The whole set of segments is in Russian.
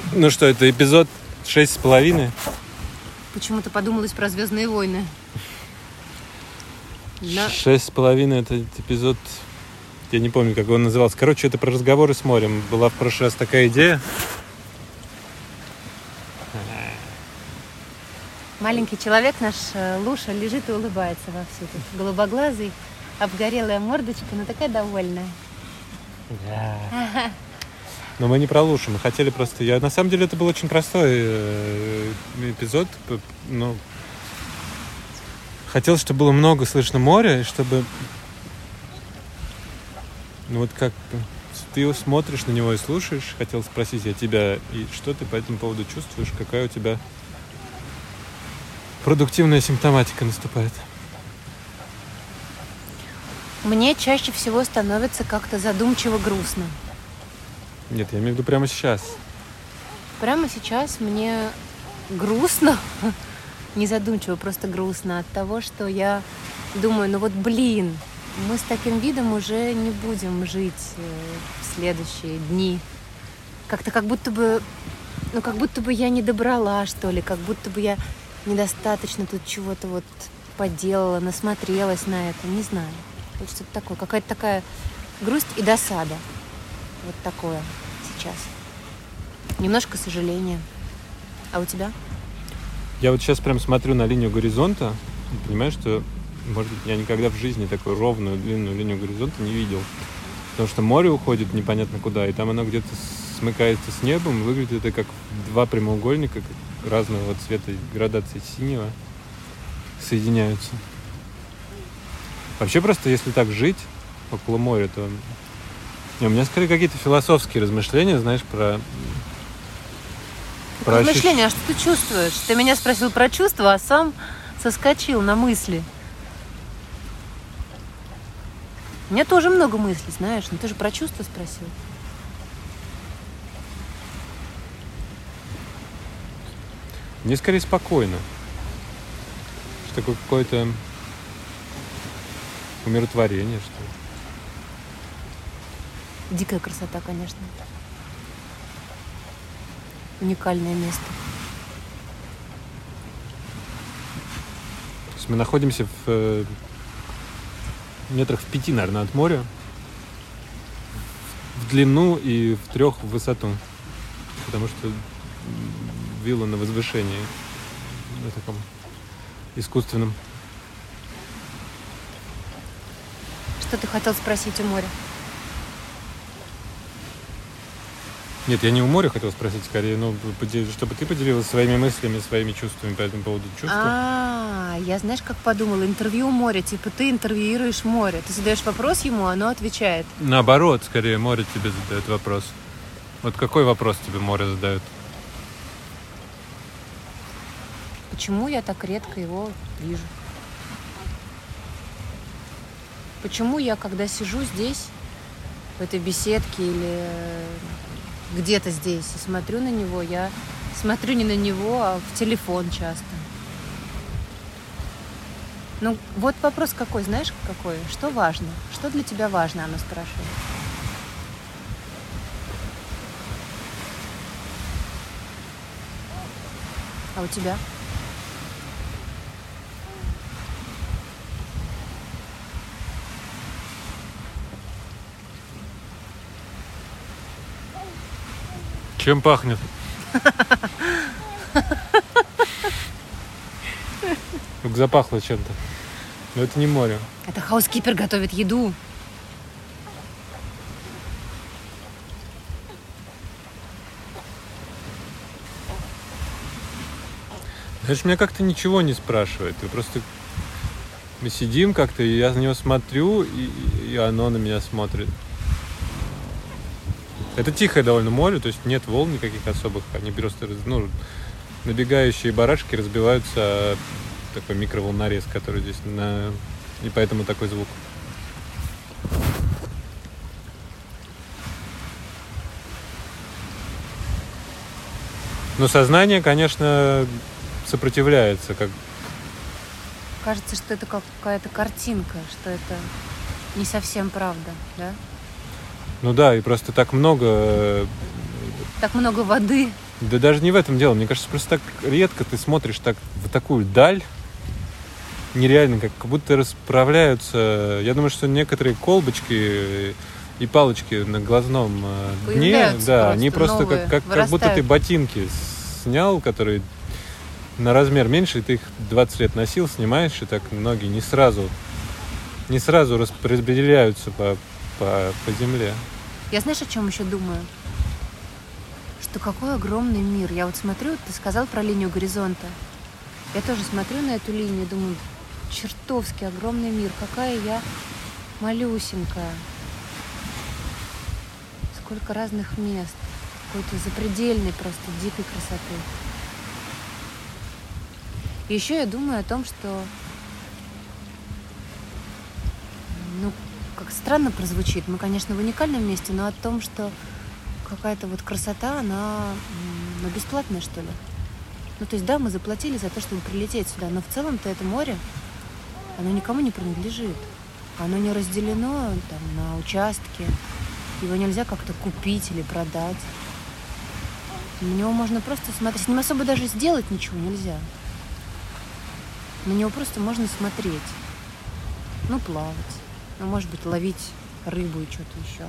Ну что, это эпизод 6,5? Почему-то подумалось про «Звездные войны». 6,5 это эпизод... Я не помню, как он назывался. Короче, это про разговоры с морем. Была в прошлый раз такая идея. Маленький человек наш, Луша, лежит и улыбается вовсю. Тут голубоглазый, обгорелая мордочка, но такая довольная. Да. Но мы не про Лушу, мы хотели просто... На самом деле это был очень простой эпизод. Ну, хотелось, чтобы было много слышно моря, и чтобы... Ну вот как ты его смотришь на него и слушаешь, хотел спросить я тебя, и что ты по этому поводу чувствуешь, какая у тебя продуктивная симптоматика наступает? Мне чаще всего становится как-то задумчиво грустно. Нет, я имею в виду прямо сейчас. Прямо сейчас мне грустно, не задумчиво, просто грустно от того, что я думаю, ну вот блин, мы с таким видом уже не будем жить в следующие дни. Как-то как будто бы я не добрала, что ли, как будто бы я недостаточно тут чего-то вот поделала, насмотрелась на это, не знаю. Вот что-то такое, какая-то такая грусть и досада. Вот такое сейчас. Немножко сожаления. А у тебя? Я вот сейчас прям смотрю на линию горизонта и понимаю, что, может быть, я никогда в жизни такую ровную, длинную линию горизонта не видел. Потому что море уходит непонятно куда, и там оно где-то смыкается с небом, выглядит это как два прямоугольника разного вот цвета, градации синего соединяются. Вообще просто, если так жить около моря, то... У меня скорее какие-то философские размышления, знаешь, про размышления, а что ты чувствуешь? Ты меня спросил про чувства, а сам соскочил на мысли. У меня тоже много мыслей, знаешь, но ты же про чувства спросил. Мне скорее спокойно. Что такое какое-то умиротворение, что ли. Дикая красота, конечно. Уникальное место. То есть мы находимся в метрах в 5, наверное, от моря. В длину и в 3 в высоту. Потому что вилла на возвышении. На таком искусственном. Что ты хотел спросить у моря? Нет, я не у моря хотел спросить, скорее, но чтобы ты поделилась своими мыслями, своими чувствами по этому поводу. Чувства? Я знаешь, как подумала, интервью у моря, типа ты интервьюируешь море. Ты задаешь вопрос ему, оно отвечает. Наоборот, скорее, море тебе задает вопрос. Вот какой вопрос тебе море задает? Почему я так редко его вижу? Почему я, когда сижу здесь, в этой беседке или где-то здесь и смотрю на него, я смотрю не на него, а в телефон часто. Ну, вот вопрос какой, знаешь, какой? Что важно? Что для тебя важно, оно спрашивает. А у тебя? Чем пахнет? Как запахло чем-то. Но это не море. Это хаускипер готовит еду. Знаешь, меня как-то ничего не спрашивает. Мы сидим как-то, и я на него смотрю, и оно на меня смотрит. Это тихое довольно море, то есть нет волн никаких особых. Они просто, набегающие барашки разбиваются о такой микроволнорез, который здесь и поэтому такой звук. Но сознание, конечно, сопротивляется. Кажется, что это какая-то картинка, что это не совсем правда, да? Ну да, и просто так много воды. Да даже не в этом дело. Мне кажется, просто так редко ты смотришь так в такую даль. Нереально, как будто расправляются. Я думаю, что некоторые колбочки и палочки на глазном дне, да, они просто новые, как будто ты ботинки снял, которые на размер меньше, и ты их 20 лет носил, снимаешь, и так ноги не сразу распределяются по земле. Я знаешь, о чем еще думаю? Что какой огромный мир. Я вот смотрю, ты сказал про линию горизонта. Я тоже смотрю на эту линию и думаю, чертовски огромный мир. Какая я малюсенькая. Сколько разных мест. Какой-то запредельной просто дикой красоты. И еще я думаю о том, что, ну, как странно прозвучит, мы, конечно, в уникальном месте, но о том, что какая-то вот красота, она, ну, бесплатная, что ли. Ну, то есть, да, мы заплатили за то, чтобы прилететь сюда, но в целом-то это море, оно никому не принадлежит. Оно не разделено там на участки, его нельзя как-то купить или продать. На него можно просто смотреть, с ним особо даже сделать ничего нельзя. На него просто можно смотреть, ну, плавать, ну, может быть, ловить рыбу и что-то еще.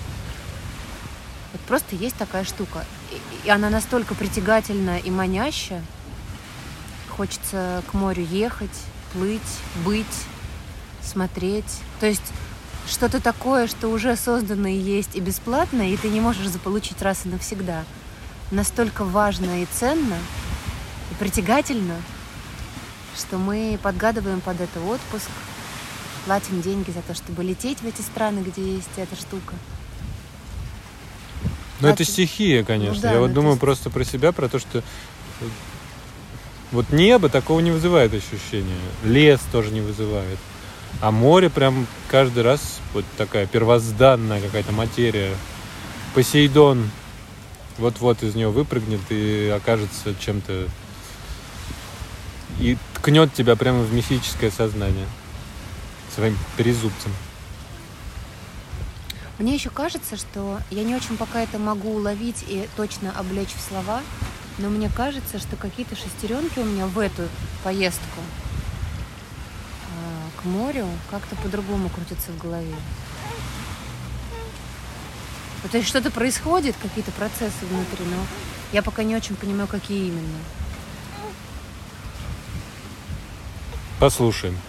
Вот просто есть такая штука. И она настолько притягательна и маняща. Хочется к морю ехать, плыть, быть, смотреть. То есть что-то такое, что уже создано и есть, и бесплатно, и ты не можешь заполучить раз и навсегда. Настолько важно и ценно, и притягательно, что мы подгадываем под это отпуск, платим деньги за то, чтобы лететь в эти страны, где есть эта штука. Ну, это стихия, конечно. Ну, да, я вот думаю просто про себя, про то, что вот небо такого не вызывает ощущения. Лес тоже не вызывает. А море прям каждый раз вот такая первозданная какая-то материя. Посейдон вот-вот из нее выпрыгнет и окажется чем-то... И ткнет тебя прямо в мифическое сознание своим трезубцем. Мне еще кажется, что я не очень пока это могу уловить и точно облечь в слова, но мне кажется, что какие-то шестеренки у меня в эту поездку к морю как-то по-другому крутятся в голове. То есть что-то происходит, какие-то процессы внутри, но я пока не очень понимаю, какие именно. Послушаем.